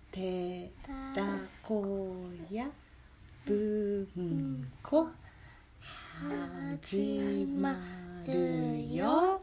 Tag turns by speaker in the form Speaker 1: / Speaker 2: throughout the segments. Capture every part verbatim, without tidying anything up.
Speaker 1: てらこや文庫始まるよ。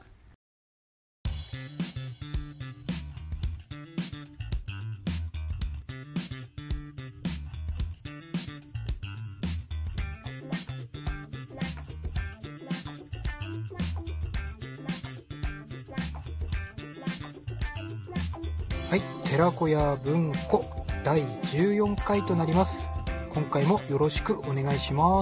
Speaker 2: はい、寺子屋文庫だいじゅうよんかいとなります。今回もよろしくお願いします。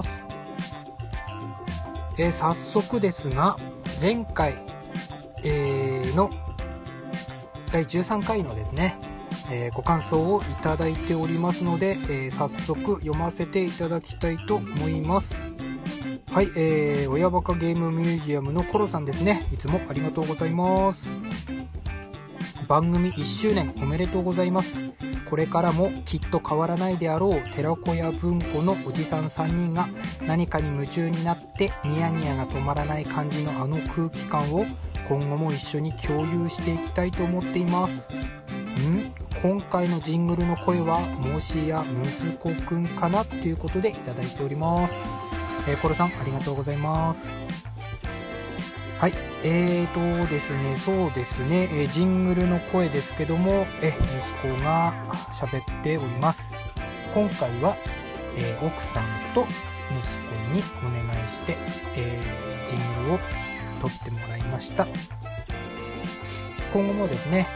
Speaker 2: えー、早速ですが、前回、えー、のだいじゅうさんかいのですね、えー、ご感想をいただいておりますので、えー、早速読ませていただきたいと思います。はい、えー、親バカゲームミュージアムのコロさんですね。いつもありがとうございます。番組いっしゅうねんおめでとうございます。これからもきっと変わらないであろう寺子屋文庫のおじさんさんにんが何かに夢中になってニヤニヤが止まらない感じのあの空気感を今後も一緒に共有していきたいと思っています。ん今回のジングルの声はもしや息子くんかなということでいただいております。えー、コロさんありがとうございます。はい、えーとですね、そうですね、えー、ジングルの声ですけども、え息子が喋っております。今回は、えー、奥さんと息子にお願いして、えー、ジングルを撮ってもらいました。今後もですね、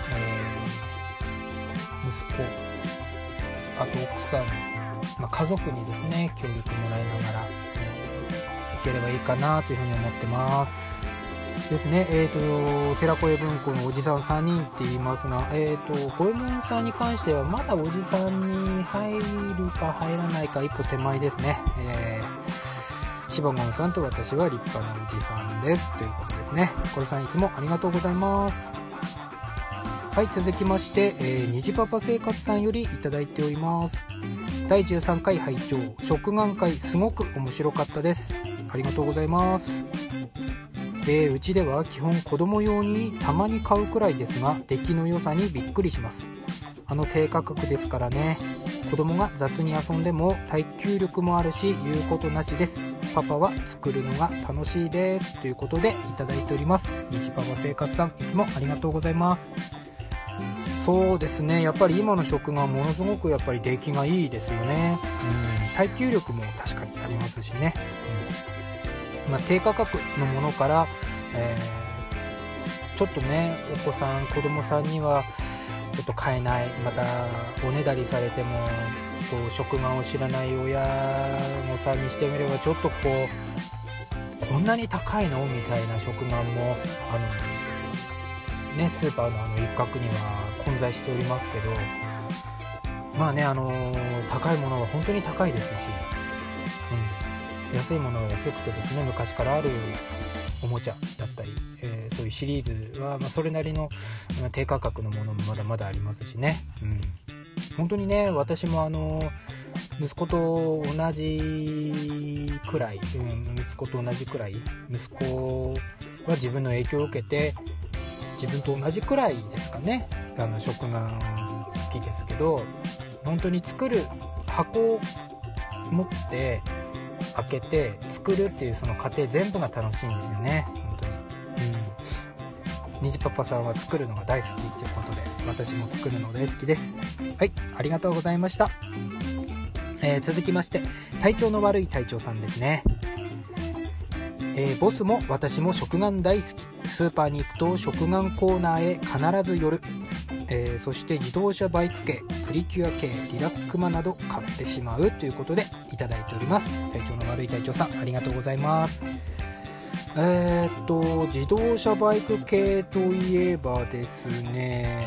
Speaker 2: えー、息子、あと奥さん、まあ、家族にですね、協力もらいながら、えー、いければいいかなというふうに思ってます。ですね、えーと、寺子屋文庫のおじさんさんにんって言いますが、えーと、五右衛門さんに関してはまだおじさんに入るか入らないか一歩手前ですね。えー、柴門さんと私は立派なおじさんですということですね。コロさんいつもありがとうございます。はい、続きまして、えー、虹パパ生活さんよりいただいております。だいじゅうさんかい拝聴、食玩会すごく面白かったです。ありがとうございます。えー、うちでは基本子供用にたまに買うくらいですが、出来の良さにびっくりします。あの低価格ですからね。子供が雑に遊んでも耐久力もあるし言うことなしです。パパは作るのが楽しいですということでいただいております。虹パパ生活さんいつもありがとうございます。そうですね、やっぱり今の食がものすごくやっぱり出来がいいですよね。うん、耐久力も確かにありますしね。うんまあ、低価格のものから、えー、ちょっとねお子さん子供さんにはちょっと買えない、またおねだりされてもこう食玩を知らない親御さんにしてみればちょっとこうこんなに高いのみたいな食玩もあの、ね、スーパーのあの一角には混在しておりますけど、まあねあの高いものは本当に高いですし、うん、安いものは安くてですね、昔からあるおもちゃだったり、えー、そういうシリーズは、まあ、それなりの低価格のものもまだまだありますしね、うん、本当にね私もあの息子と同じくらい、うん、息子と同じくらい息子は自分の影響を受けて自分と同じくらいですかね、あの食玩好きですけど、本当に作る箱を持って開けて作るっていうその過程全部が楽しいんですよね、本当に。うん、虹パパさんは作るのが大好きということで、私も作るの大好きです。はい、ありがとうございました。えー、続きまして体調の悪い隊長さんですね。えー、ボスも私も食玩大好き。スーパーに行くと食玩コーナーへ必ず寄る。えー、そして自動車バイク系、プリキュア系、リラックマなど買ってしまうということでいただいております。体調の悪い隊長さんありがとうございます。えー、っと自動車バイク系といえばですね、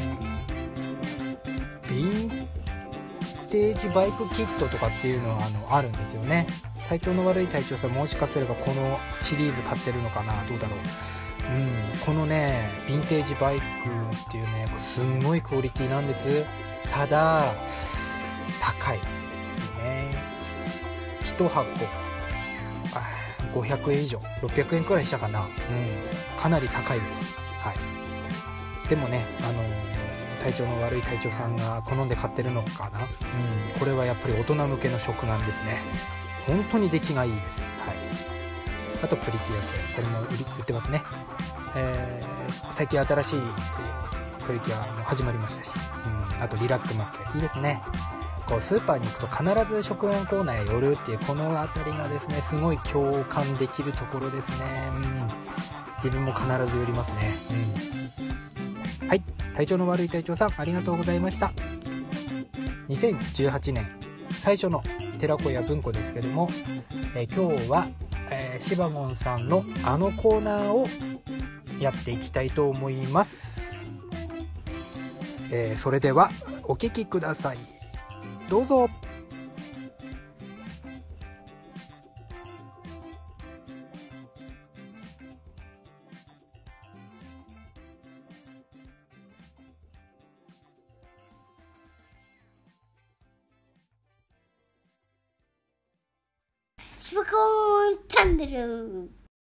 Speaker 2: ヴィンテージバイクキットとかっていうのは あのあるんですよね。体調の悪い隊長さんもしかすればこのシリーズ買ってるのかな、どうだろう。うん、このねヴィンテージバイクっていうねすんごいクオリティなんです。ただ高いですね。いち箱ごひゃくえん以上、ろっぴゃくえんくらいしたかな、うん、かなり高いです。はい、でもねあの体調の悪い隊長さんが好んで買ってるのかな、うん、これはやっぱり大人向けの食玩ですね。本当に出来がいいです。はい、あとプリキュア系、これも売り売ってますね。えー、最近新しい、えー、プリキュアも始まりましたし、うん、あとリラックマップいいですね。こうスーパーに行くと必ず食玩コーナーへ寄るっていうこの辺りがですね、すごい共感できるところですね。うん、自分も必ず寄りますね。うん、はい、体調の悪い隊長さんありがとうございました。にせんじゅうはちねん最初の寺子屋文庫ですけども、えー、今日は、えー、シバゴンさんのあのコーナーをやっていきたいと思います。えー、それではお聞きください。どうぞ。
Speaker 1: シバコーンチャンネル。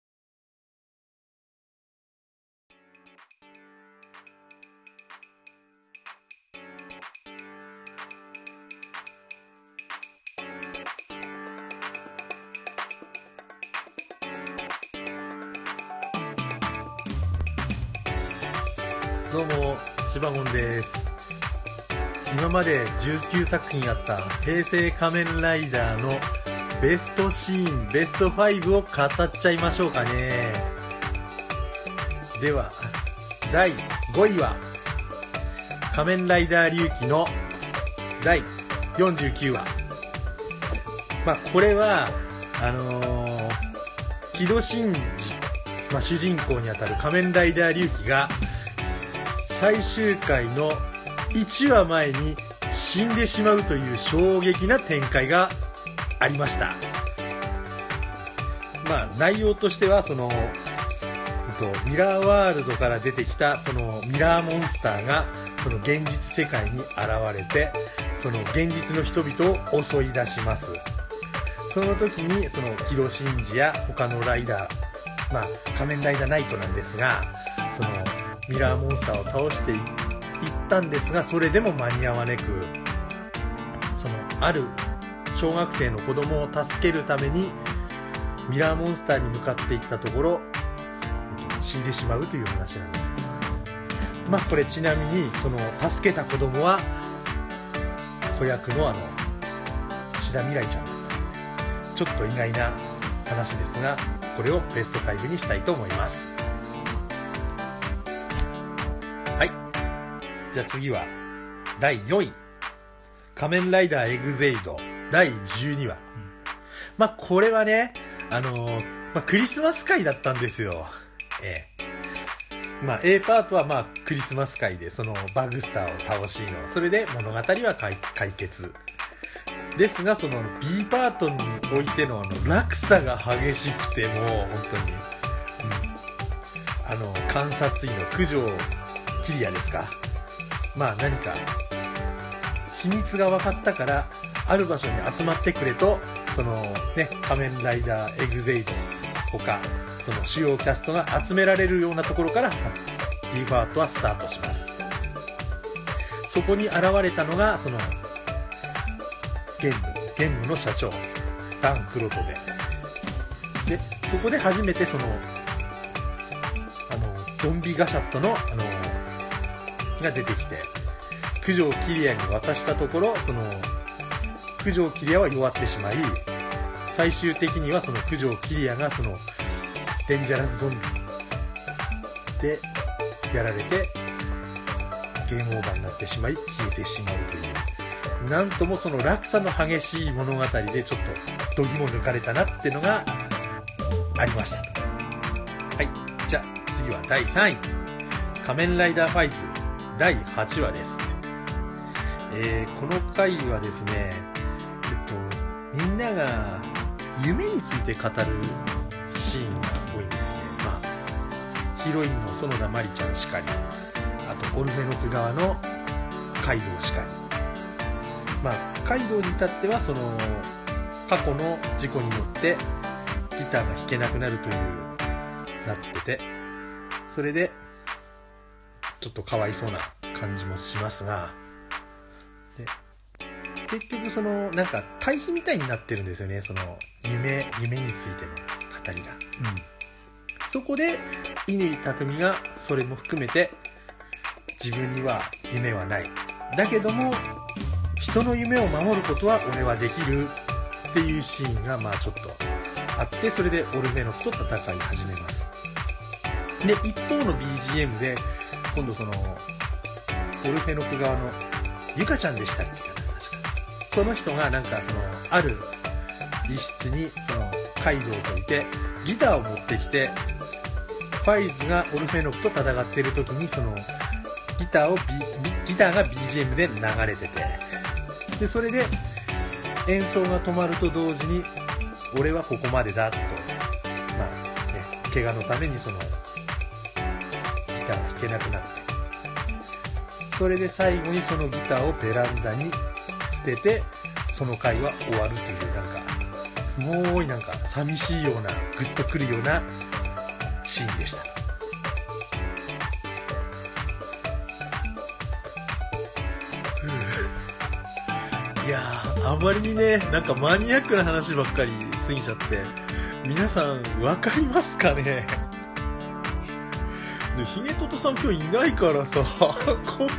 Speaker 3: どうもシバゴンです。今までじゅうきゅうさく品あった平成仮面ライダーのベストシーンベストファイブを語っちゃいましょうかね。ではだいごいは仮面ライダー龍騎のだいよんじゅうきゅうわ。まあこれはあのー、木戸真治、まあ、主人公にあたる仮面ライダー龍騎が最終回のいちわまえに死んでしまうという衝撃な展開がありました。まあ内容としてはそのミラーワールドから出てきたそのミラーモンスターがその現実世界に現れてその現実の人々を襲い出します。その時にその木戸真治や他のライダー、まあ仮面ライダーナイトなんですが、そのミラーモンスターを倒していったんですが、それでも間に合わねく、そのある小学生の子供を助けるためにミラーモンスターに向かっていったところ死んでしまうという話なんですよ。まあこれちなみにその助けた子供は子役のあの志田未来ちゃんだったんです。ちょっと意外な話ですが、これをベストファイブにしたいと思います。はい、じゃあ次はだいよんい仮面ライダーエグゼイドだいじゅうにわ、うん、まあこれはねあのーまあ、クリスマス会だったんですよ。ええ、まあ A パートはまあクリスマス会でそのバグスターを倒しの、それで物語は解決ですが、その B パートにおいてのあの落差が激しくて、もう本当に、うん、あの観察医の九条キリアですか、まあ何か秘密が分かったからある場所に集まってくれと、そのね仮面ライダーエグゼイド他その主要キャストが集められるようなところから B パートはスタートします。そこに現れたのがそのゲームゲームの社長ダン・クロトで、でそこで初めてそのあのゾンビガシャットのあのが出てきて九条キリアに渡したところ、その九条キリアは弱ってしまい、最終的にはその九条キリアがそのデンジャラスゾンビでやられてゲームオーバーになってしまい消えてしまうという、なんともその落差の激しい物語でちょっと度肝抜かれたなっていうのがありました。はい、じゃあ次はだいさんい仮面ライダーファイズだいはちわです。えー、この回はですね、えっとみんなが夢について語るシーンが多いんですね。まあヒロインの園田真理ちゃんしかり、あとオルフェノク側のカイドウしかり、まあカイドウに至ってはその過去の事故によってギターが弾けなくなるというなってて、それでちょっとかわいそうな感じもしますが、で結局そのなんか対比みたいになってるんですよね、その夢夢についての語りが、うん、そこで乾匠がそれも含めて自分には夢はない、だけども人の夢を守ることは俺はできるっていうシーンがまあちょっとあって、それでオルフェノクと戦い始めます。で一方の ビージーエム で今度そのオルフェノク側のゆかちゃんでしたっけかな、確かその人がなんかそのある一室にそのカイドウといてギターを持ってきて、ファイズがオルフェノクと戦っている時にそのギターを、B、ギターが ビージーエム で流れてて、でそれで演奏が止まると同時に俺はここまでだと、まあね、怪我のためにそのギターが弾けなくなって、それで最後にそのギターをベランダに捨ててその回は終わるという、なんかすごいなんか寂しいようなグッとくるようなシーンでした。いやー、あまりにね、なんかマニアックな話ばっかり過ぎちゃって、皆さん分かりますかね。でヒゲトトさん今日いないからさ困る。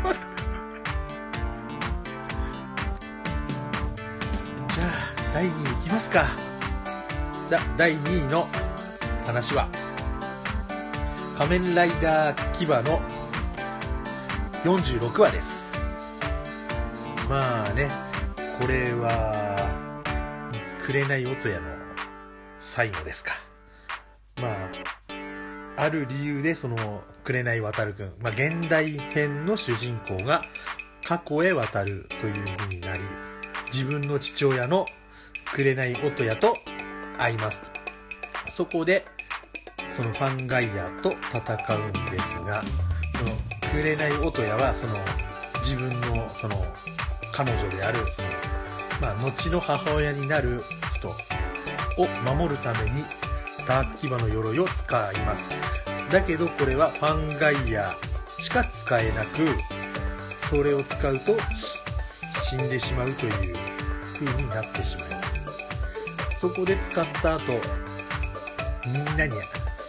Speaker 3: じゃあだいにいいきますか。じゃあだいにいの話は仮面ライダーキバのよんじゅうろくわです。まあね、これは紅音屋の最後ですか。まあある理由でその紅渡くん、まあ、現代編の主人公が過去へ渡るという風になり、自分の父親の紅音屋と会います。そこでそのファンガイアと戦うんですが、その紅音屋はその自分のその彼女であるその、まあ、後の母親になる人を守るためにダークキバの鎧を使います。だけどこれはファンガイアしか使えなく、それを使うと死んでしまうという風になってしまいます。そこで使った後、みんなに会いに行くんですよね。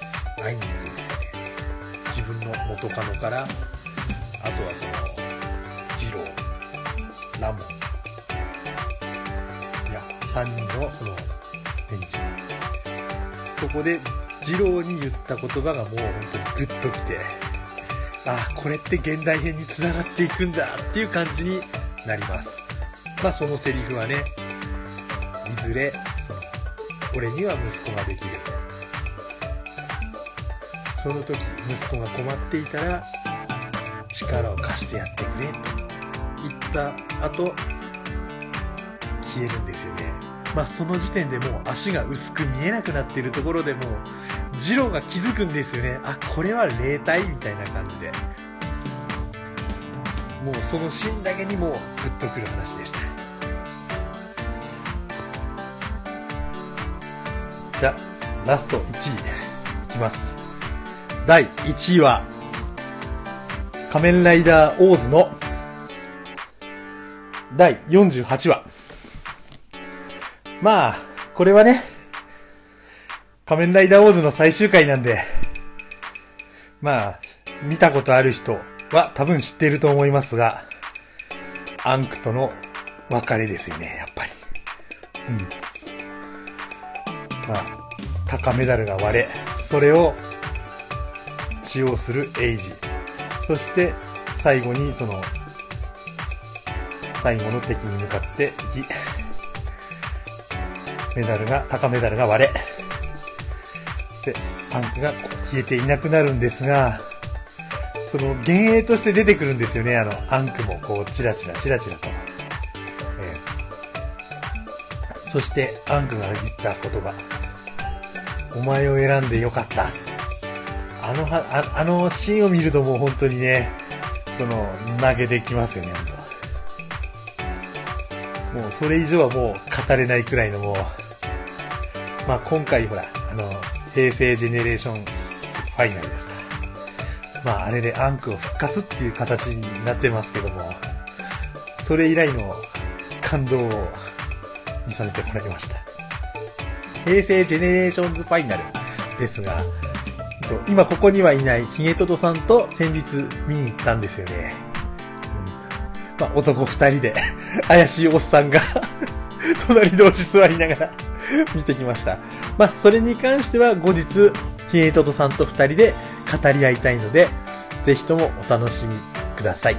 Speaker 3: 自分の元カノから、あとはそのジロー、ラモン、いやさんにんのその連中、そこでジローに言った言葉がもう本当にグッときて、ああこれって現代編に繋がっていくんだっていう感じになります。まあそのセリフはね、いずれその俺には息子ができる、その時息子が困っていたら力を貸してやってくれと言った後消えるんですよね。まあその時点でもう足が薄く見えなくなっているところでもうジローが気づくんですよね。あ、これは霊体みたいな感じで、もうそのシーンだけにもうグッとくる話でした。じゃあラストいちいいきます。だいいちいは仮面ライダーオーズのだいよんじゅうはちわ。まあこれはね、仮面ライダーオーズの最終回なんで、まあ見たことある人は多分知っていると思いますが、アンクとの別れですよね、やっぱり。うん。まあタカメダルが割れ、それを使用するエイジ、そして最後にその最後の敵に向かっていき、メダルがタカメダルが割れ、そしてアンクが消えていなくなるんですが、その幻影として出てくるんですよね。あのアンクもこうチラチラチラチラと、えー、そしてアンクが言った言葉、お前を選んでよかった。あのは あ, あのシーンを見るともう本当にね、その投げてきますよね。本当もうそれ以上はもう語れないくらいの、もうまあ今回ほらあの平成ジェネレーションファイナルですか、 まああれでアンクを復活っていう形になってますけども、それ以来の感動を見させてもらいました。平成ジェネレーションズファイナルですが、今ここにはいないヒゲトトさんと先日見に行ったんですよね。うん、まあ、男二人で怪しいおっさんが隣同士座りながら見てきました。まあそれに関しては後日ヒゲトトさんと二人で語り合いたいので、ぜひともお楽しみください。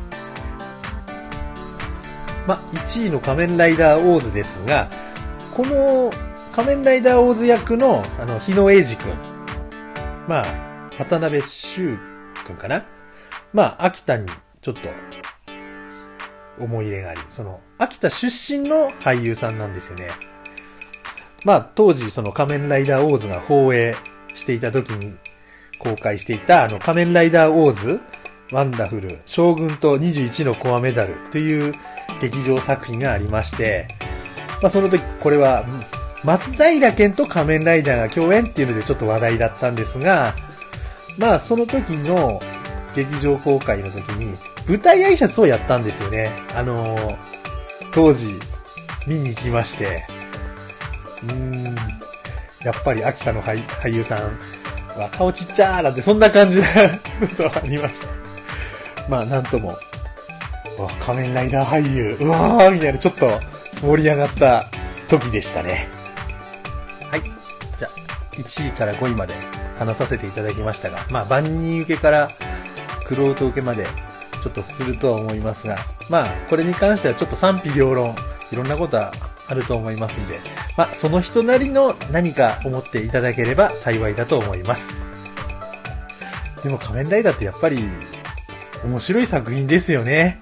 Speaker 3: まあいちいの仮面ライダーオーズですが、この仮面ライダーオーズ役のあの日野英二くん、まあ渡辺修くんかな、まあ秋田にちょっと思い入れがあり、その秋田出身の俳優さんなんですよね。まあ当時その仮面ライダーオーズが放映していた時に公開していたあの仮面ライダーオーズワンダフル将軍とにじゅういちのコアメダルという劇場作品がありまして、まあその時これは松平健と仮面ライダーが共演っていうのでちょっと話題だったんですが、まあその時の劇場公開の時に舞台挨拶をやったんですよね。あのー、当時見に行きまして、うーん、やっぱり秋田の 俳, 俳優さんは顔ちっちゃーなんてそんな感じなことがありました。まあなんとも、仮面ライダー俳優、うわーみたいなちょっと盛り上がった時でしたね。はい。じゃあ、いちいからごいまで話させていただきましたが、まあ万人受けから玄人受けまでちょっとするとは思いますが、まあこれに関してはちょっと賛否両論、いろんなことはあると思いますんで、まあその人なりの何か思っていただければ幸いだと思います。でも仮面ライダーってやっぱり面白い作品ですよね。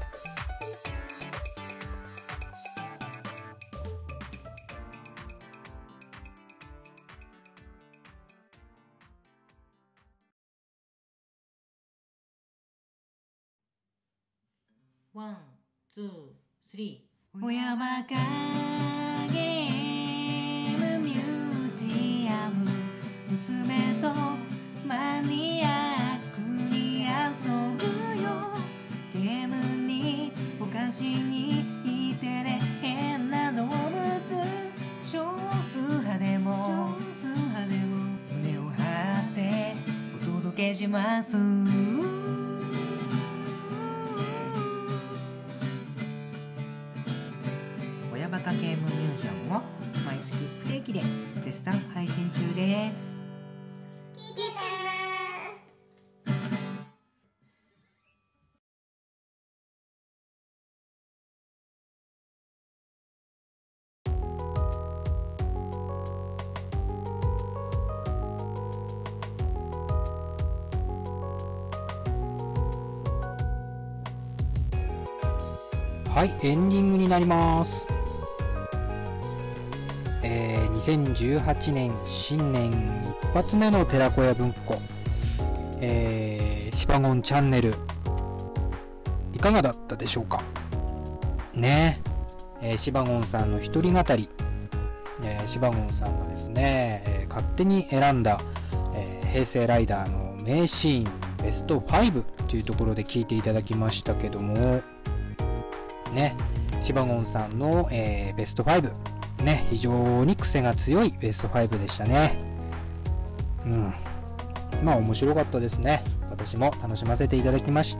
Speaker 4: ワン、ツー、スリー。親バカゲームミュージアム、娘とマニアックに遊ぶよ。ゲームにお菓子にいてね、変な動物、少数派でも少数派でも胸を張ってお届けします。親バカゲームミュージアムは毎月不定期で絶賛配信中です。
Speaker 2: はい、エンディングになります。えー、にせんじゅうはちねん新年一発目の寺子屋文庫、えー、シバゴンチャンネルいかがだったでしょうかね。えー、シバゴンさんの一人語り、えー、シバゴンさんがですね、えー、勝手に選んだ、えー、平成ライダーの名シーンベストファイブというところで聞いていただきましたけどもね、シバゴンさんの、えー、ベストファイブね、非常に癖が強いベストファイブでしたね。うん、まあ面白かったですね。私も楽しませていただきました。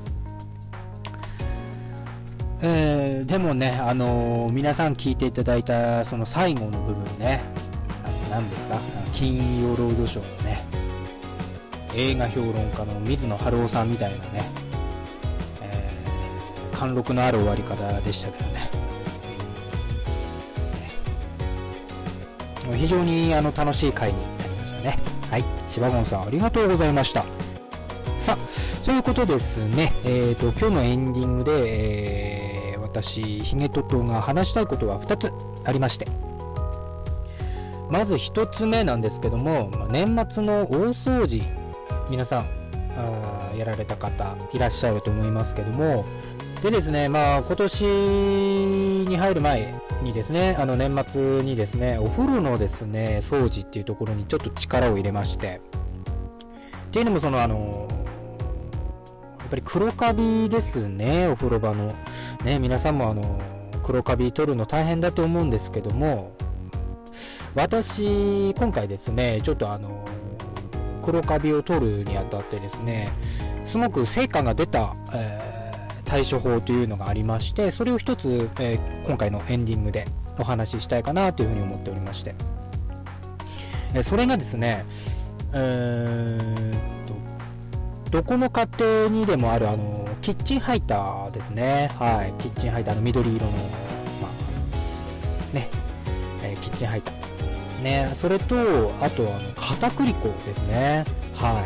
Speaker 2: えー、でもね、あのー、皆さん聞いていただいたその最後の部分ね、あの何ですか、金曜ロードショーのね、映画評論家の水野晴郎さんみたいなね、貫禄のある終わり方でしたけどね。非常にあの楽しい回になりましたね。はい、シバゴンさんありがとうございました。さあ、ということですね、えーと、今日のエンディングで、えー、私、ヒゲトトが話したいことはふたつありまして、まずひとつめなんですけども、年末の大掃除、皆さんあやられた方いらっしゃると思いますけども、でですね、まあ今年に入る前にですね、あの年末にですね、お風呂のですね、掃除っていうところにちょっと力を入れまして、 っていうのもそのあのやっぱり黒カビですね、お風呂場のね。皆さんもあの黒カビ取るの大変だと思うんですけども、私今回ですねちょっとあの黒カビを取るにあたってですね、すごく成果が出た、えー、対処法というのがありまして、それを一つ、えー、今回のエンディングでお話ししたいかなというふうに思っておりまして、えー、それがですね、えー、とどこの家庭にでもあるあのキッチンハイターですね。はい、キッチンハイターの緑色の、まあねえー、キッチンハイターね、それとあとあの片栗粉ですね。はい、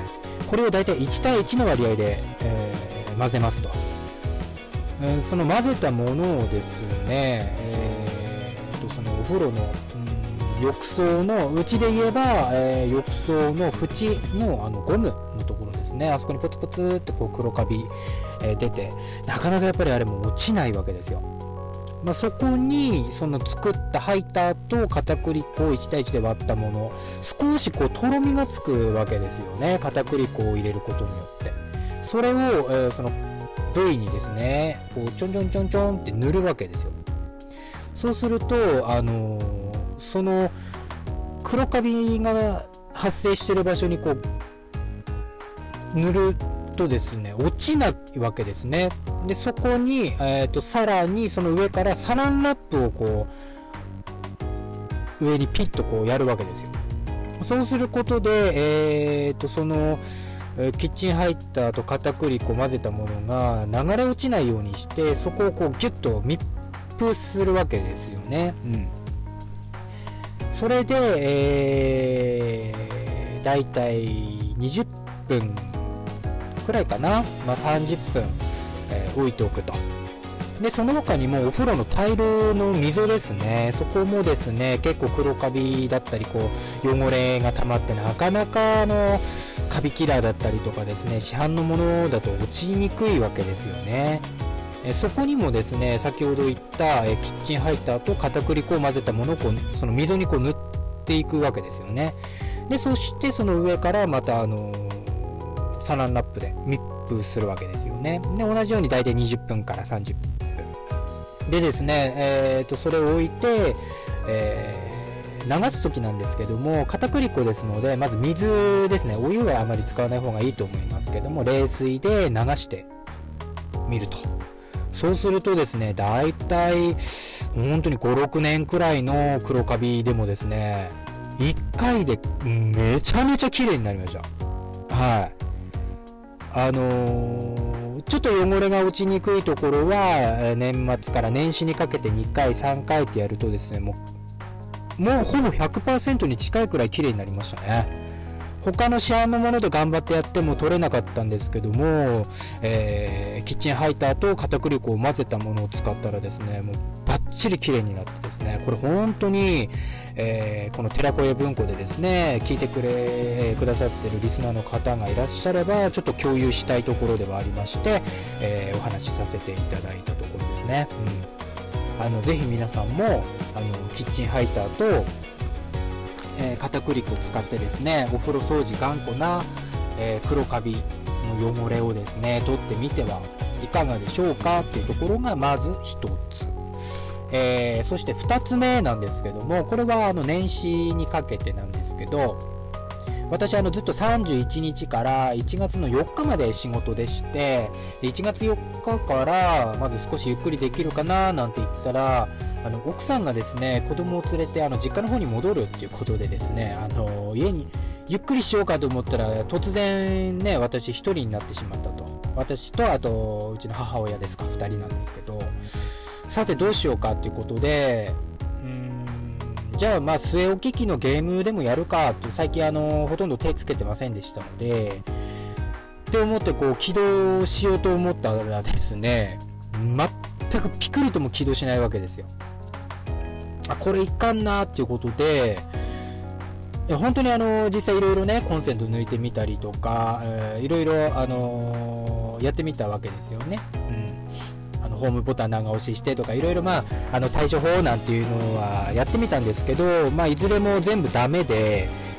Speaker 2: これをだいたいいち対いちの割合で、えー、混ぜますと、えー、その混ぜたものをですね、えー、とそのお風呂の、うん、浴槽のうちで言えば、えー、浴槽の縁のあのゴムのところですね、あそこにポツポツってこう黒カビ、えー、出て、なかなかやっぱりあれも落ちないわけですよ。まあ、そこにその作ったハイターと片栗粉をいち対いちで割ったもの、少しこうとろみがつくわけですよね、片栗粉を入れることによって。それを、えー、その部位にですねこうちょんちょんちょんちょんって塗るわけですよ。そうするとあのー、その黒カビが発生している場所にこう塗るとですね落ちないわけですね。でそこに、えー、とさらにその上からサランラップをこう上にピッとこうやるわけですよ。そうすることで、えー、とそのキッチンハイターと片栗粉混ぜたものが流れ落ちないようにして、そこをこうギュッと密封するわけですよね。うん、それで、えー、だいたいにじゅっぷんくらいかな、まあ、さんじゅっぷん、えー、置いておくと。でその他にもお風呂のタイルの溝ですね、そこもですね結構黒カビだったりこう汚れが溜まってなかなかのカビキラーだったりとかですね、市販のものだと落ちにくいわけですよね。えそこにもですね先ほど言ったえキッチンハイターと片栗粉を混ぜたものをこうその溝にこう塗っていくわけですよね。でそしてその上からまたあのー、サランラップで密封するわけですよね。で同じように大体にじゅっぷんからさんじゅっぷんでですね、えー、とそれを置いて、えー、流す時なんですけども、片栗粉ですのでまず水ですね、お湯はあまり使わない方がいいと思いますけども、冷水で流してみると。そうするとですねだいたい本当にごろくねんくらいの黒カビでもですねいっかいでめちゃめちゃ綺麗になりました。はい、あのーちょっと汚れが落ちにくいところは年末から年始にかけてにかいさんかいってやるとですねもう、もうほぼ ひゃくパーセント に近いくらい綺麗になりましたね。他の市販のもので頑張ってやっても取れなかったんですけども、えー、キッチンハイターと片栗粉を混ぜたものを使ったらですねもうバッチリ綺麗になってですね、これ本当に、えー、この寺子屋文庫でですね聞いてくれくださってるリスナーの方がいらっしゃればちょっと共有したいところではありまして、えー、お話しさせていただいたところですね。うん、あのぜひ皆さんもあのキッチンハイターとえー、片栗粉を使ってですねお風呂掃除頑固な、えー、黒カビの汚れをですね取ってみてはいかがでしょうかっていうところがまず一つ、えー、そして二つ目なんですけども、これはあの年始にかけてなんですけど、私あのずっとさんじゅういちにちからいちがつのよっかまで仕事でして、いちがつよっかからまず少しゆっくりできるかななんて言ったら、あの奥さんがですね子供を連れてあの実家の方に戻るっていうことでですね、あの家にゆっくりしようかと思ったら突然ね私一人になってしまったと。私とあとうちの母親ですかふたりなんですけど、さてどうしようかっていうことで、うーんじゃあまあ据え置き機のゲームでもやるかって、最近あのほとんど手つけてませんでしたのでって思ってこう起動しようと思ったらですね全くピクリとも起動しないわけですよ。あこれいかんなっていうことで、いや本当にあの実際いろいろねコンセント抜いてみたりとか、えー、いろいろあのー、やってみたわけですよね。うん、あのホームボタン長押ししてとかいろいろまああの対処法なんていうのはやってみたんですけど、まあいずれも全部ダメで、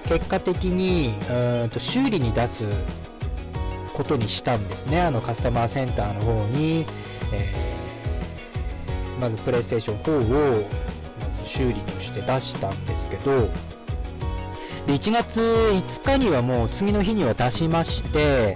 Speaker 2: 結果的にうーんと修理に出すことにしたんですね。あのカスタマーセンターの方に、えー、まずプレイステーションフォーをまず修理として出したんですけど、でいちがついつかにはもう次の日には出しまして、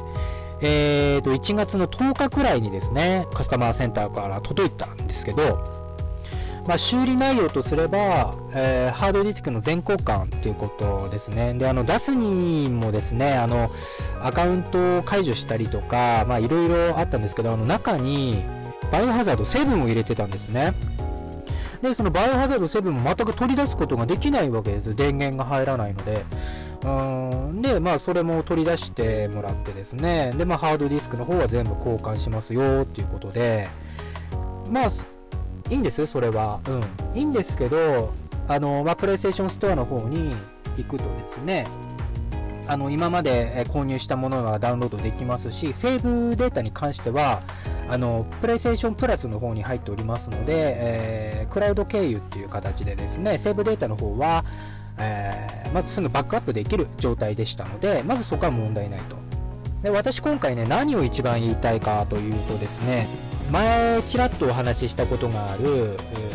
Speaker 2: えーといちがつのとおかくらいにですねカスタマーセンターから届いたんですけど、まあ、修理内容とすれば、えー、ハードディスクの全交換っていうことですね。で、あの出すにもですね、あのアカウントを解除したりとか、まあいろいろあったんですけど、あの中にバイオハザードセブンを入れてたんですね。で、そのバイオハザードセブンも全く取り出すことができないわけです。電源が入らないので。うーんで、まあそれも取り出してもらってですね、で、まあハードディスクの方は全部交換しますよっていうことで、まあいいんです、それは。うん。いいんですけど、あの、まあ、プレイステーションストアの方に行くとですね、あの、今まで購入したものがダウンロードできますし、セーブデータに関しては、あの、プレイステーションプラスの方に入っておりますので、えー、クラウド経由っていう形でですね、セーブデータの方は、えー、まずすぐバックアップできる状態でしたので、まずそこは問題ないと。で、私今回ね、何を一番言いたいかというとですね、前ちらっとお話ししたことがある、え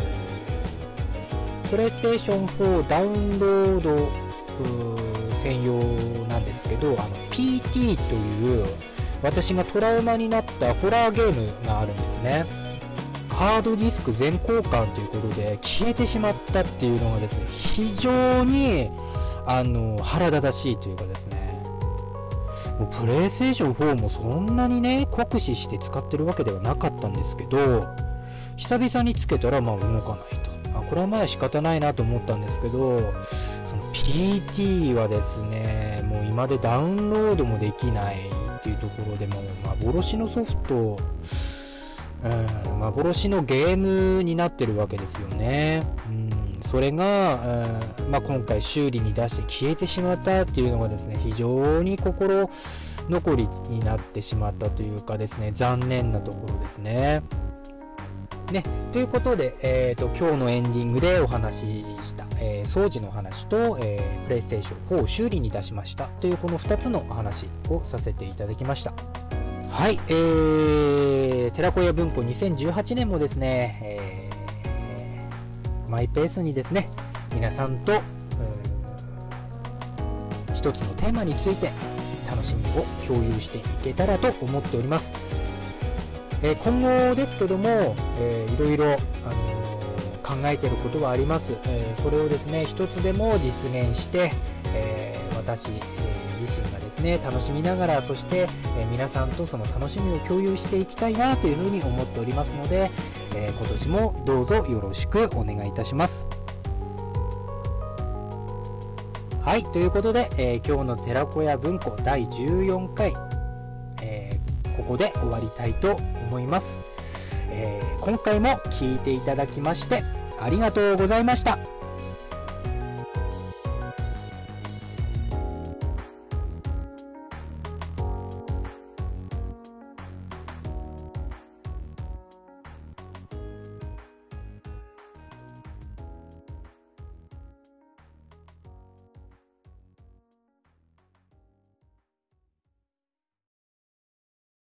Speaker 2: ー、プレイステーションフォーダウンロード専用なんですけど、あの ピーティー という私がトラウマになったホラーゲームがあるんですね。ハードディスク全交換ということで消えてしまったっていうのがですね、非常にあの腹立たしいというかですね、もうプレイステーションフォーもそんなにね酷使して使ってるわけではなかったんですけど、久々につけたらまあ動かないと。あ、これはまあ仕方ないなと思ったんですけど、その ピーティー はですね、もう今でダウンロードもできないっていうところで、もう幻のソフト、うん、幻のゲームになってるわけですよね。うん、それが、うん、まあ、今回修理に出して消えてしまったっていうのがですね、非常に心残りになってしまったというかですね、残念なところですね。ね、ということで、えーと、今日のエンディングでお話しした、えー、掃除の話と、えー、プレイステーションフォーを修理に出しましたというこのふたつのお話をさせていただきました。はい、えー、寺子屋文庫にせんじゅうはちねんもですね、えー、マイペースにですね、皆さんと、一つのテーマについて楽しみを共有していけたらと思っております。えー、今後ですけども、えー、いろいろ、あのー、考えていることはあります。えー、それをですね、一つでも実現して、えー、私、えー、自身がですね、楽しみながら、そして、えー、皆さんとその楽しみを共有していきたいなというふうに思っておりますので、えー、今年もどうぞよろしくお願いいたします。はい、ということで、えー、今日の寺子屋文庫だいじゅうよんかい、えー、ここで終わりたいと思います。えー、今回も聞いていただきましてありがとうございました。